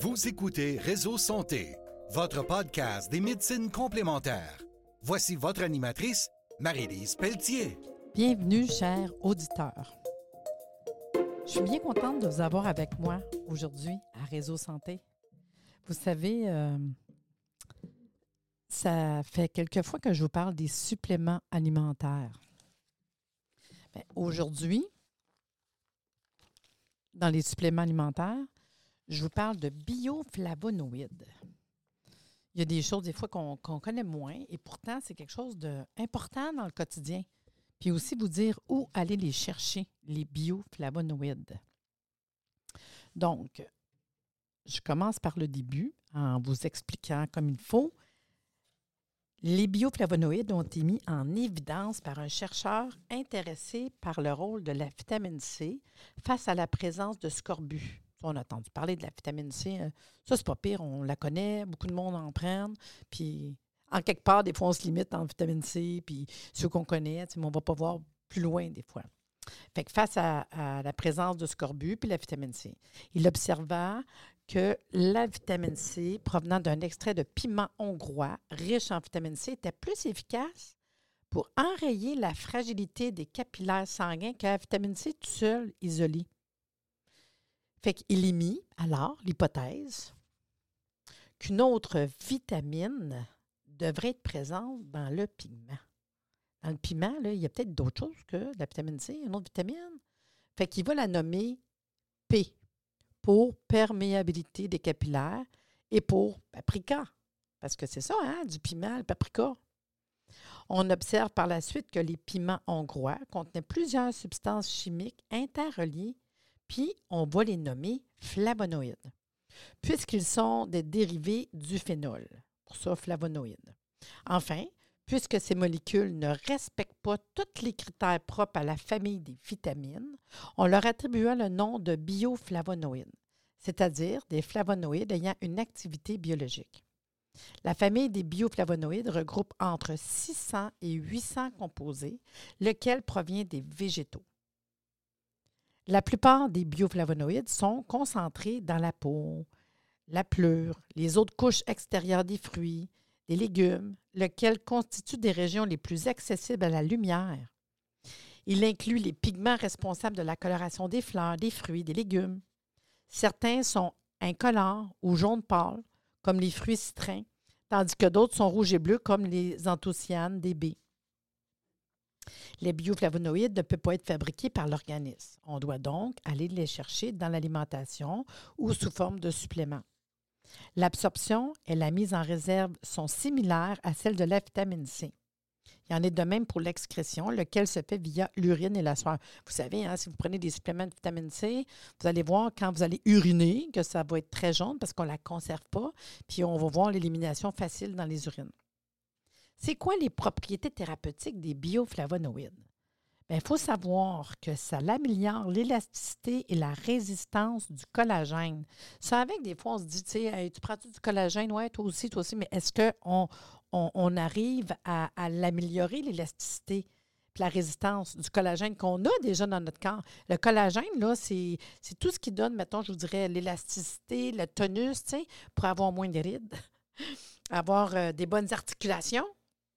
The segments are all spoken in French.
Vous écoutez Réseau Santé, votre podcast des médecines complémentaires. Voici votre animatrice, Marie-Lise Pelletier. Bienvenue, chers auditeurs. Je suis bien contente de vous avoir avec moi aujourd'hui à Réseau Santé. Vous savez, ça fait quelques fois que je vous parle des suppléments alimentaires. Aujourd'hui, dans les suppléments alimentaires, je vous parle de bioflavonoïdes. Il y a des choses, des fois, qu'on connaît moins et pourtant, c'est quelque chose d'important dans le quotidien. Puis aussi vous dire où aller les chercher, les bioflavonoïdes. Donc, je commence par le début en vous expliquant comme il faut. Les bioflavonoïdes ont été mis en évidence par un chercheur intéressé par le rôle de la vitamine C face à la présence de scorbut. On a entendu parler de la vitamine C. Ça, c'est pas pire, on la connaît, beaucoup de monde en prend. Puis, en quelque part, des fois, on se limite en vitamine C, puis ceux qu'on connaît, mais on ne va pas voir plus loin des fois. Fait que face à la présence de scorbut puis la vitamine C, il observa que la vitamine C provenant d'un extrait de piment hongrois riche en vitamine C était plus efficace pour enrayer la fragilité des capillaires sanguins que la vitamine C tout seul, isolée. Fait qu'il émit alors l'hypothèse qu'une autre vitamine devrait être présente dans le piment. Dans le piment, là, il y a peut-être d'autres choses que la vitamine C, une autre vitamine. Fait qu'il va la nommer P pour perméabilité des capillaires et pour paprika. Parce que c'est ça, hein, du piment, le paprika. On observe par la suite que les piments hongrois contenaient plusieurs substances chimiques interreliées, puis on va les nommer flavonoïdes, puisqu'ils sont des dérivés du phénol. Pour ça, flavonoïdes. Enfin, puisque ces molécules ne respectent pas tous les critères propres à la famille des vitamines, on leur attribua le nom de bioflavonoïdes, c'est-à-dire des flavonoïdes ayant une activité biologique. La famille des bioflavonoïdes regroupe entre 600 et 800 composés, lequel provient des végétaux. La plupart des bioflavonoïdes sont concentrés dans la peau, la pleure, les autres couches extérieures des fruits, des légumes, lesquels constituent des régions les plus accessibles à la lumière. Il inclut les pigments responsables de la coloration des fleurs, des fruits, des légumes. Certains sont incolores ou jaune pâle, comme les fruits citrins, tandis que d'autres sont rouges et bleus, comme les anthocyanes des baies. Les bioflavonoïdes ne peuvent pas être fabriqués par l'organisme. On doit donc aller les chercher dans l'alimentation ou sous forme de suppléments. L'absorption et la mise en réserve sont similaires à celles de la vitamine C. Il y en est de même pour l'excrétion, lequel se fait via l'urine et la sueur. Vous savez, hein, si vous prenez des suppléments de vitamine C, vous allez voir quand vous allez uriner que ça va être très jaune parce qu'on ne la conserve pas, puis on va voir l'élimination facile dans les urines. C'est quoi les propriétés thérapeutiques des bioflavonoïdes? Bien, il faut savoir que ça améliore l'élasticité et la résistance du collagène. Ça, avec des fois, on se dit, tu sais, hey, tu prends-tu du collagène? Oui, toi aussi, mais est-ce qu'on arrive à l'améliorer, l'élasticité et la résistance du collagène qu'on a déjà dans notre corps? Le collagène, là, c'est tout ce qui donne, mettons, je vous dirais, l'élasticité, le tonus, tu sais, pour avoir moins de rides, avoir des bonnes articulations.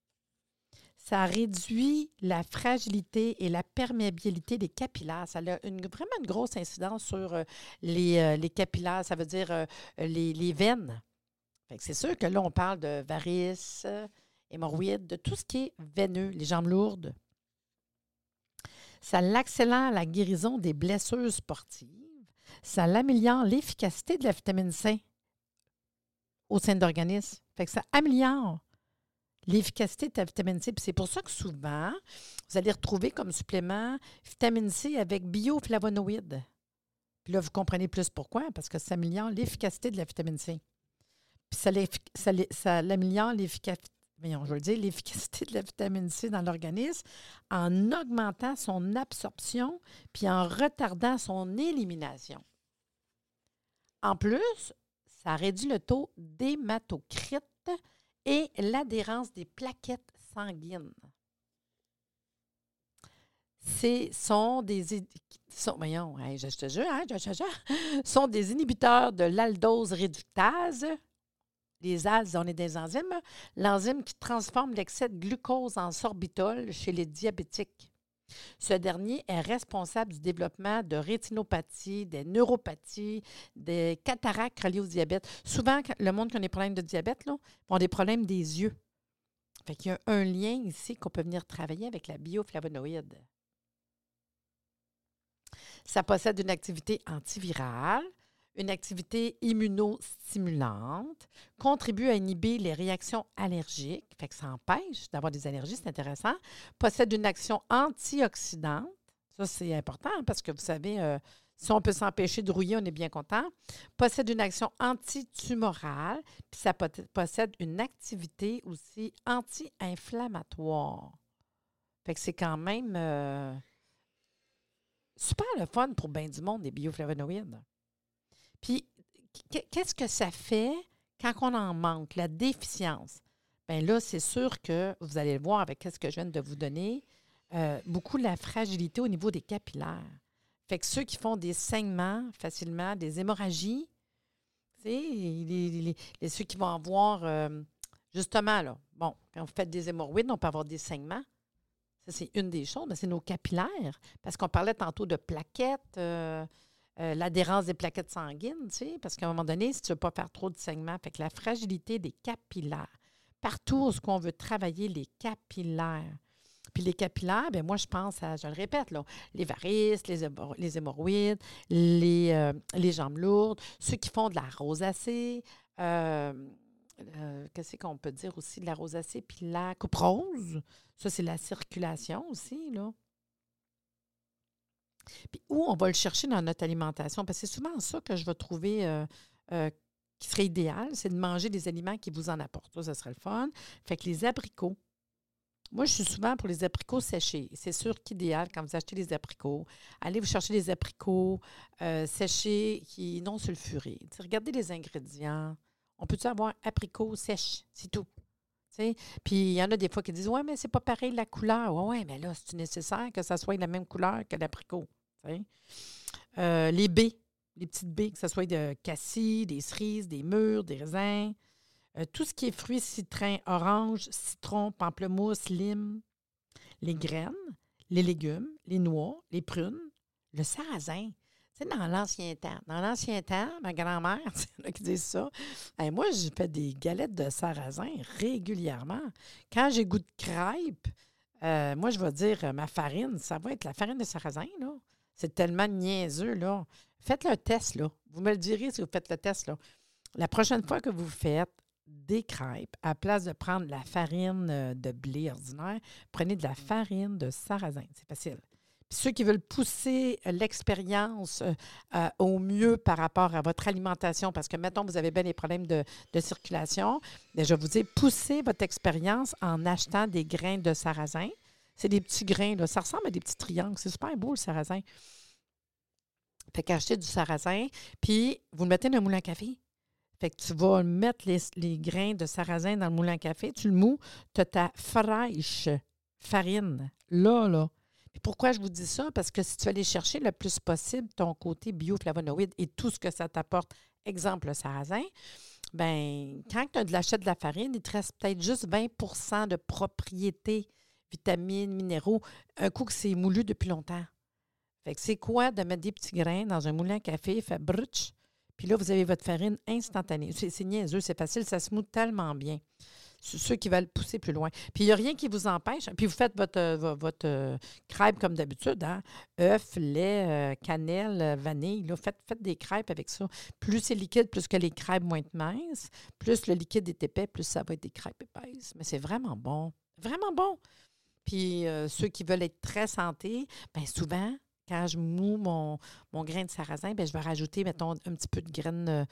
Ça réduit la fragilité et la perméabilité des capillaires. Ça a vraiment une grosse incidence sur les capillaires, ça veut dire les veines. Fait que c'est sûr que là, on parle de varices, hémorroïdes, de tout ce qui est veineux, les jambes lourdes. Ça accélère la guérison des blessures sportives. Ça améliore l'efficacité de la vitamine C au sein de l'organisme. Fait que ça améliore l'efficacité de la vitamine C. Puis c'est pour ça que souvent, vous allez retrouver comme supplément vitamine C avec bioflavonoïdes. Puis là, vous comprenez plus pourquoi, parce que ça améliore l'efficacité de la vitamine C. Puis ça améliore l'efficacité de la vitamine C dans l'organisme en augmentant son absorption puis en retardant son élimination. En plus, ça réduit le taux d'hématocrite et l'adhérence des plaquettes sanguines. Ce sont Voyons, hey, je te jure, sont des inhibiteurs de l'aldose réductase. Les ALS, on est des enzymes. L'enzyme qui transforme l'excès de glucose en sorbitol chez les diabétiques. Ce dernier est responsable du développement de rétinopathie, des neuropathies, des cataractes reliées au diabète. Souvent, le monde qui a des problèmes de diabète là, ont des problèmes des yeux. Fait qu'il y a un lien ici qu'on peut venir travailler avec la bioflavonoïde. Ça possède une activité antivirale, une activité immunostimulante, contribue à inhiber les réactions allergiques, fait que ça empêche d'avoir des allergies, c'est intéressant, possède une action antioxydante, ça c'est important parce que vous savez, si on peut s'empêcher de rouiller, on est bien content, possède une action antitumorale, puis ça possède une activité aussi anti-inflammatoire. Fait que c'est quand même super le fun pour bien du monde, des bioflavonoïdes. Puis, qu'est-ce que ça fait quand on en manque, la déficience? Bien là, c'est sûr que vous allez le voir avec ce que je viens de vous donner, beaucoup la fragilité au niveau des capillaires. Fait que ceux qui font des saignements facilement, des hémorragies, tu sais, ceux qui vont avoir, justement, là, bon, quand vous faites des hémorroïdes, on peut avoir des saignements. Ça, c'est une des choses, mais c'est nos capillaires. Parce qu'on parlait tantôt de plaquettes, l'adhérence des plaquettes sanguines, tu sais, parce qu'à un moment donné, si tu ne veux pas faire trop de saignements, fait que la fragilité des capillaires. Partout où on veut travailler les capillaires. Puis les capillaires, bien moi, je pense à, je le répète, là, les varices, les hémorroïdes, les jambes lourdes, ceux qui font de la rosacée, qu'est-ce qu'on peut dire aussi de la rosacée, puis la couperose. Ça, c'est la circulation aussi, là. Puis où on va le chercher dans notre alimentation? Parce que c'est souvent ça que je vais trouver qui serait idéal, c'est de manger des aliments qui vous en apportent. Ça serait le fun. Fait que les abricots. Moi, je suis souvent pour les abricots séchés. C'est sûr qu'idéal, quand vous achetez des abricots, allez vous chercher des abricots séchés qui non sulfurés. T'sais, regardez les ingrédients. On peut-tu avoir abricots sèches? C'est tout. T'sais? Puis il y en a des fois qui disent « Ouais, mais c'est pas pareil la couleur. » Ouais, mais là, c'est nécessaire que ça soit la même couleur que l'abricot. Les baies, les petites baies, que ce soit de cassis, des cerises, des mûres, des raisins. Tout ce qui est fruits, citrin, orange, citron, pamplemousse, lime, les graines, les légumes, les noix, les prunes, le sarrasin. Tu sais, dans l'ancien temps, ma grand-mère, c'est là qui dit ça. Moi, j'ai fait des galettes de sarrasin régulièrement. Quand j'ai goût de crêpes, moi, je vais dire ma farine, ça va être la farine de sarrasin, là. C'est tellement niaiseux, là. Faites le test, là. Vous me le direz si vous faites le test, là. La prochaine fois que vous faites des crêpes, à place de prendre la farine de blé ordinaire, prenez de la farine de sarrasin. C'est facile. Puis ceux qui veulent pousser l'expérience au mieux par rapport à votre alimentation, parce que, mettons, vous avez bien des problèmes de circulation, bien, je vais vous dire, poussez votre expérience en achetant des grains de sarrasin. C'est des petits grains, là. Ça ressemble à des petits triangles. C'est super beau, le sarrasin. Fait qu'acheter du sarrasin, puis vous le mettez dans un moulin à café. Fait que tu vas mettre les grains de sarrasin dans le moulin à café, tu le mous, tu as ta fraîche farine, là. Puis pourquoi je vous dis ça? Parce que si tu vas aller chercher le plus possible ton côté bioflavonoïde et tout ce que ça t'apporte, exemple le sarrasin, bien, quand tu achètes de la farine, il te reste peut-être juste 20 % de propriétés, vitamines, minéraux, un coup que c'est moulu depuis longtemps. Fait que c'est quoi de mettre des petits grains dans un moulin à café, fait brutch, puis là, vous avez votre farine instantanée. C'est niaiseux, c'est facile, ça se moue tellement bien. Ceux qui veulent pousser plus loin. Puis il n'y a rien qui vous empêche. Puis vous faites votre crêpe comme d'habitude, hein? Œufs, lait, cannelle, vanille. Là, faites des crêpes avec ça. Plus c'est liquide, plus que les crêpes vont être minces. Plus le liquide est épais, plus ça va être des crêpes épaisses. Mais c'est vraiment bon. Vraiment bon. Puis ceux qui veulent être très santé, bien souvent, quand je moue mon grain de sarrasin, bien, je vais rajouter, mettons, un petit peu de graines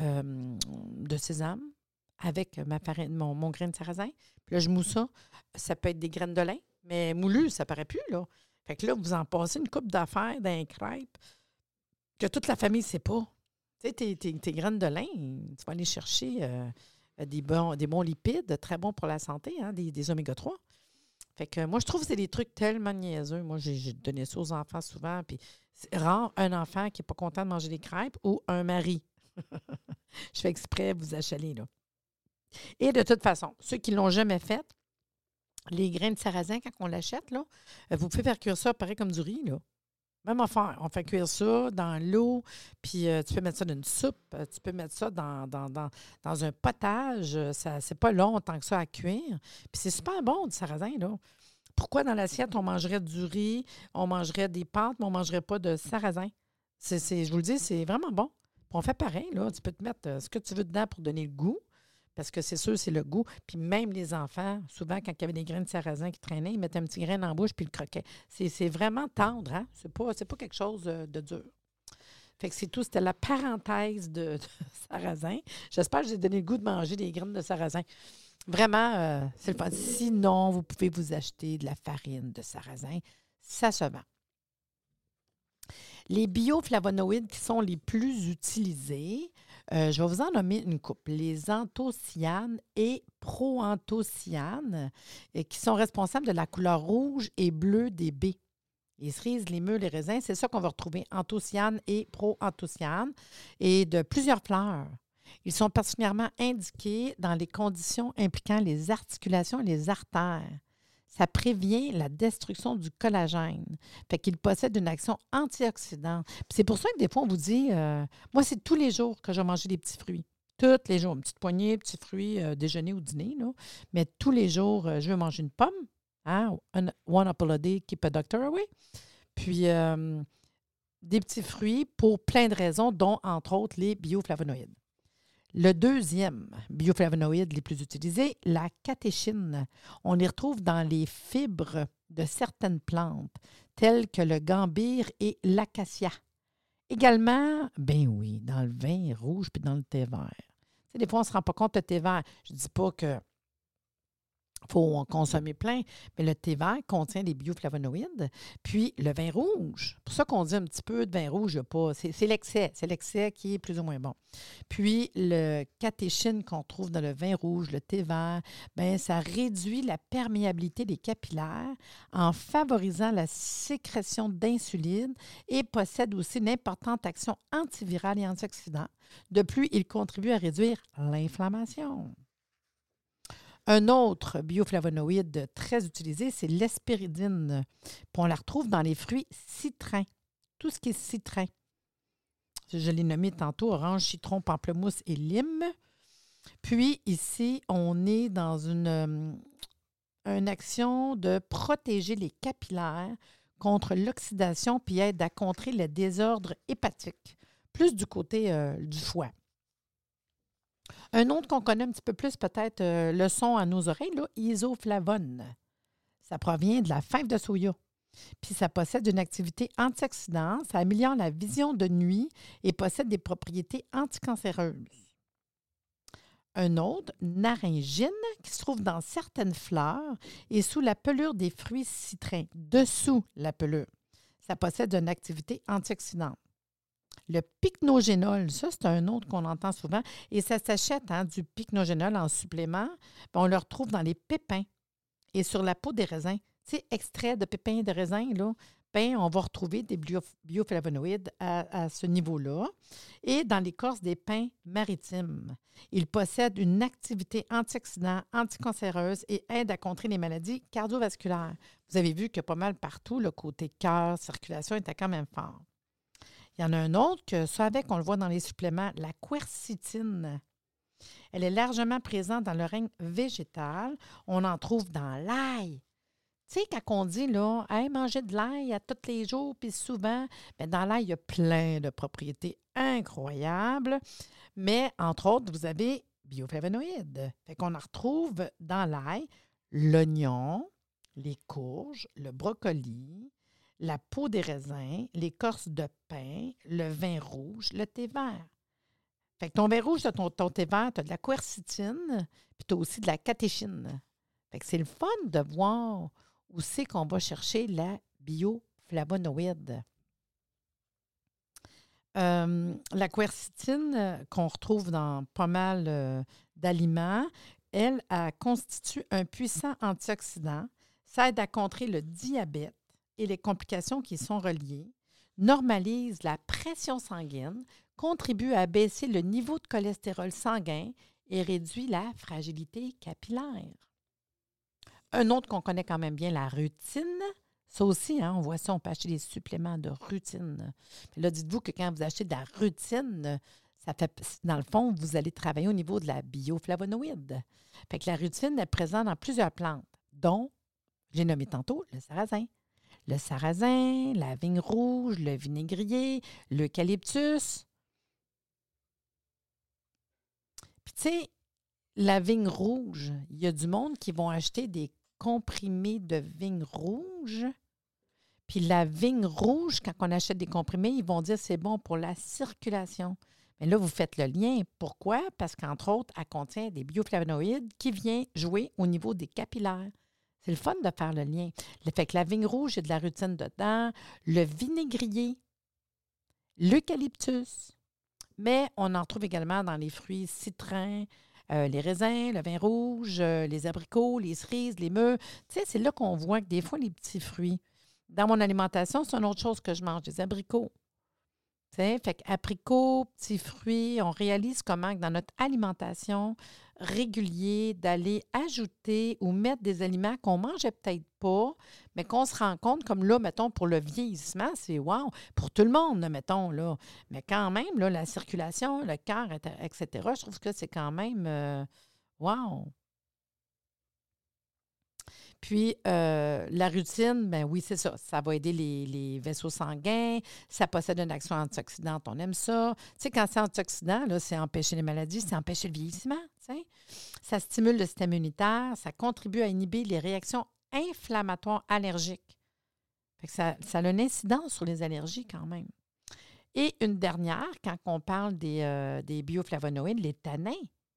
de sésame avec ma farine, mon grain de sarrasin. Puis là, je moue ça. Ça peut être des graines de lin, mais moulu, ça paraît plus, là. Fait que là, vous en passez une coupe d'affaires d'un crêpe que toute la famille ne sait pas. Tu sais, tes graines de lin, tu vas aller chercher des bons lipides, très bons pour la santé, hein, des oméga 3. Fait que moi, je trouve que c'est des trucs tellement niaiseux. Moi, j'ai donné ça aux enfants souvent. Puis c'est rare un enfant qui n'est pas content de manger des crêpes ou un mari. Je fais exprès de vous achaler, là. Et de toute façon, ceux qui ne l'ont jamais fait, les grains de sarrasin, quand on l'achète, là, vous pouvez faire cuire ça pareil comme du riz, là. Même affaire. On fait cuire ça dans l'eau, puis tu peux mettre ça dans une soupe, tu peux mettre ça dans un potage. C'est pas long tant que ça à cuire. Puis c'est super bon, du sarrasin, là. Pourquoi dans l'assiette, on mangerait du riz, on mangerait des pâtes, mais on ne mangerait pas de sarrasin? Je vous le dis, c'est vraiment bon. Puis on fait pareil, là. Tu peux te mettre ce que tu veux dedans pour donner le goût. Parce que c'est sûr, c'est le goût. Puis même les enfants, souvent, quand il y avait des grains de sarrasin qui traînaient, ils mettaient un petit grain dans la bouche puis ils le croquaient. C'est vraiment tendre, hein? C'est pas quelque chose de dur. Fait que c'est tout. C'était la parenthèse de sarrasin. J'espère que j'ai donné le goût de manger des graines de sarrasin. Vraiment, c'est le fun. Sinon, vous pouvez vous acheter de la farine de sarrasin. Ça se vend. Les bioflavonoïdes qui sont les plus utilisés, je vais vous en nommer une couple. Les anthocyanes et proanthocyanes qui sont responsables de la couleur rouge et bleue des baies. Les cerises, les mûres, les raisins, c'est ça qu'on va retrouver, anthocyanes et proanthocyanes, et de plusieurs fleurs. Ils sont particulièrement indiqués dans les conditions impliquant les articulations et les artères. Ça prévient la destruction du collagène. Fait qu'il possède une action antioxydante. Puis c'est pour ça que des fois, on vous dit, moi, c'est tous les jours que je vais manger des petits fruits. Tous les jours. Une petite poignée de petits fruits, déjeuner ou dîner. Là. Mais tous les jours, je vais manger une pomme. Hein? One apple a day, keep a doctor away. Puis des petits fruits pour plein de raisons, dont, entre autres, les bioflavonoïdes. Le deuxième bioflavonoïde les plus utilisés, la catéchine. On les retrouve dans les fibres de certaines plantes, telles que le gambir et l'acacia. Également, ben oui, dans le vin rouge puis dans le thé vert. Tu sais, des fois, on ne se rend pas compte du thé vert. Je ne dis pas que faut en consommer plein, mais le thé vert contient des bioflavonoïdes. Puis le vin rouge, pour ça qu'on dit un petit peu de vin rouge, c'est l'excès qui est plus ou moins bon. Puis le catéchine qu'on trouve dans le vin rouge, le thé vert, bien, ça réduit la perméabilité des capillaires en favorisant la sécrétion d'insuline et possède aussi une importante action antivirale et antioxydante. De plus, il contribue à réduire l'inflammation. Un autre bioflavonoïde très utilisé, c'est l'hespéridine. Puis on la retrouve dans les fruits citrins. Tout ce qui est citrin. Je l'ai nommé tantôt, orange, citron, pamplemousse et lime. Puis ici, on est dans une action de protéger les capillaires contre l'oxydation puis aide à contrer le désordre hépatique. Plus du côté du foie. Un autre qu'on connaît un petit peu plus, peut-être le son à nos oreilles, là, isoflavone. Ça provient de la fève de soya. Puis ça possède une activité antioxydante, ça améliore la vision de nuit et possède des propriétés anticancéreuses. Un autre, naringine, qui se trouve dans certaines fleurs et sous la pelure des fruits citrins, dessous la pelure. Ça possède une activité antioxydante. Le pycnogénol, ça, c'est un autre qu'on entend souvent. Et ça s'achète, du pycnogénol en supplément. Puis on le retrouve dans les pépins et sur la peau des raisins. Tu sais, extrait de pépins de raisin, là, ben, on va retrouver des bioflavonoïdes à ce niveau-là. Et dans l'écorce des pins maritimes, il possède une activité antioxydante, anticancéreuse et aide à contrer les maladies cardiovasculaires. Vous avez vu que pas mal partout, le côté cœur, circulation était quand même fort. Il y en a un autre que ça avec, on le voit dans les suppléments, la quercétine. Elle est largement présente dans le règne végétal. On en trouve dans l'ail. Tu sais, quand on dit, là, hey, manger de l'ail à tous les jours, puis souvent, bien, dans l'ail, il y a plein de propriétés incroyables. Mais, entre autres, vous avez bioflavonoïdes. Fait qu'on en retrouve dans l'ail l'oignon, les courges, le brocoli, la peau des raisins, l'écorce de pin, le vin rouge, le thé vert. Fait que ton vin rouge, ton thé vert, tu as de la quercétine, puis tu as aussi de la catéchine. Fait que c'est le fun de voir où c'est qu'on va chercher la bioflavonoïde. La quercétine, qu'on retrouve dans pas mal d'aliments, elle constitue un puissant antioxydant. Ça aide à contrer le diabète et les complications qui y sont reliées, normalise la pression sanguine, contribue à baisser le niveau de cholestérol sanguin et réduit la fragilité capillaire. Un autre qu'on connaît quand même bien, la rutine. Ça aussi, on voit ça, on peut acheter des suppléments de rutine. Puis là, dites-vous que quand vous achetez de la rutine, ça fait, dans le fond, vous allez travailler au niveau de la bioflavonoïde. Fait que la rutine est présente dans plusieurs plantes, dont, j'ai nommé tantôt, le sarrasin. Le sarrasin, la vigne rouge, le vinaigrier, l'eucalyptus. Puis tu sais, la vigne rouge, il y a du monde qui vont acheter des comprimés de vigne rouge. Puis la vigne rouge, quand on achète des comprimés, ils vont dire que c'est bon pour la circulation. Mais là, vous faites le lien. Pourquoi? Parce qu'entre autres, elle contient des bioflavonoïdes qui viennent jouer au niveau des capillaires. C'est le fun de faire le lien. Le fait que la vigne rouge, il y a de la rutine dedans, le vinaigrier, l'eucalyptus. Mais on en trouve également dans les fruits citrons, les raisins, le vin rouge, les abricots, les cerises, les mûres. Tu sais, c'est là qu'on voit que des fois, les petits fruits. Dans mon alimentation, c'est une autre chose que je mange, des abricots. Tu sais, fait qu'abricots, petits fruits, on réalise comment dans notre alimentation régulier, d'aller ajouter ou mettre des aliments qu'on ne mangeait peut-être pas, mais qu'on se rend compte, comme là, mettons, pour le vieillissement, c'est wow, pour tout le monde, mettons, là. Mais quand même, là, la circulation, le cœur, etc., je trouve que c'est quand même wow. Puis, la rutine, bien oui, c'est ça. Ça va aider les vaisseaux sanguins. Ça possède une action antioxydante. On aime ça. Tu sais, quand c'est antioxydant, là, c'est empêcher les maladies, c'est empêcher le vieillissement. Tu sais. Ça stimule le système immunitaire. Ça contribue à inhiber les réactions inflammatoires allergiques. Fait que ça a une incidence sur les allergies quand même. Et une dernière, quand on parle des bioflavonoïdes, les tanins,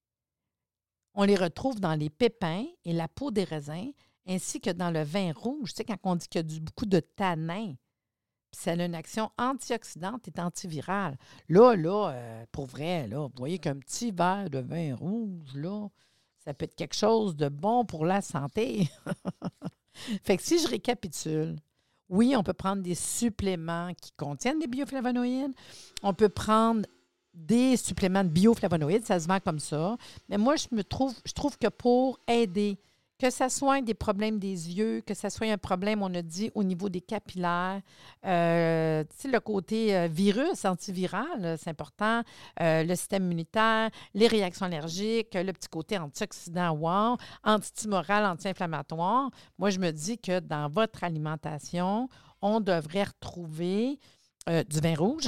on les retrouve dans les pépins et la peau des raisins, ainsi que dans le vin rouge. Tu sais, quand on dit qu'il y a beaucoup de tanins, ça a une action antioxydante et antivirale. Là, pour vrai, là, vous voyez qu'un petit verre de vin rouge, là, ça peut être quelque chose de bon pour la santé. Fait que si je récapitule, oui, on peut prendre des suppléments qui contiennent des bioflavonoïdes. On peut prendre des suppléments de bioflavonoïdes, ça se vend comme ça. Mais moi, je trouve que pour aider, que ce soit des problèmes des yeux, que ce soit un problème, on a dit, au niveau des capillaires, tu sais, le côté virus, antiviral, c'est important, le système immunitaire, les réactions allergiques, le petit côté antioxydant, wow, antitumoral, anti-inflammatoire. Moi, je me dis que dans votre alimentation, on devrait retrouver du vin rouge,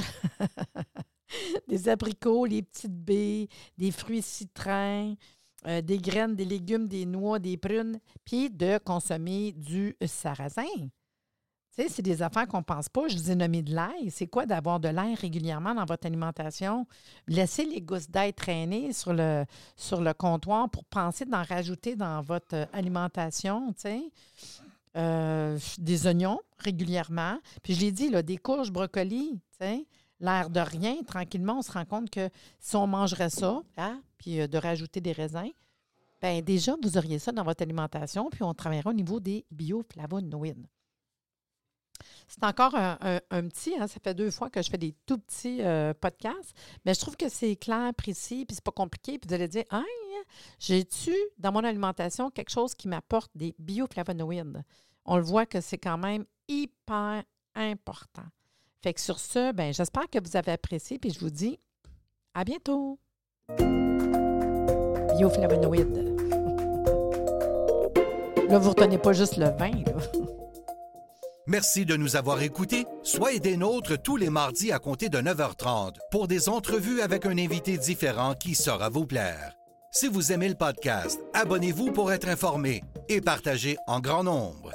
des abricots, les petites baies, des fruits citrons, des graines, des légumes, des noix, des prunes, puis de consommer du sarrasin. Tu sais, c'est des affaires qu'on ne pense pas. Je vous ai nommé de l'ail. C'est quoi d'avoir de l'ail régulièrement dans votre alimentation? Laissez les gousses d'ail traîner sur le comptoir pour penser d'en rajouter dans votre alimentation, tu sais. Des oignons régulièrement. Puis je l'ai dit, là, des courges, brocolis, tu sais. L'air de rien, tranquillement, on se rend compte que si on mangerait ça, puis de rajouter des raisins, bien déjà, vous auriez ça dans votre alimentation, puis on travaillerait au niveau des bioflavonoïdes. C'est encore un petit, ça fait 2 fois que je fais des tout petits podcasts, mais je trouve que c'est clair, précis, puis c'est pas compliqué, puis vous allez dire, « Hey, j'ai-tu dans mon alimentation quelque chose qui m'apporte des bioflavonoïdes? » On le voit que c'est quand même hyper important. Fait que sur ce, bien, j'espère que vous avez apprécié, puis je vous dis à bientôt. Bioflavonoïdes. Là, vous ne retenez pas juste le vin, là. Merci de nous avoir écoutés. Soyez des nôtres tous les mardis à compter de 9h30 pour des entrevues avec un invité différent qui saura vous plaire. Si vous aimez le podcast, abonnez-vous pour être informé et partagez en grand nombre.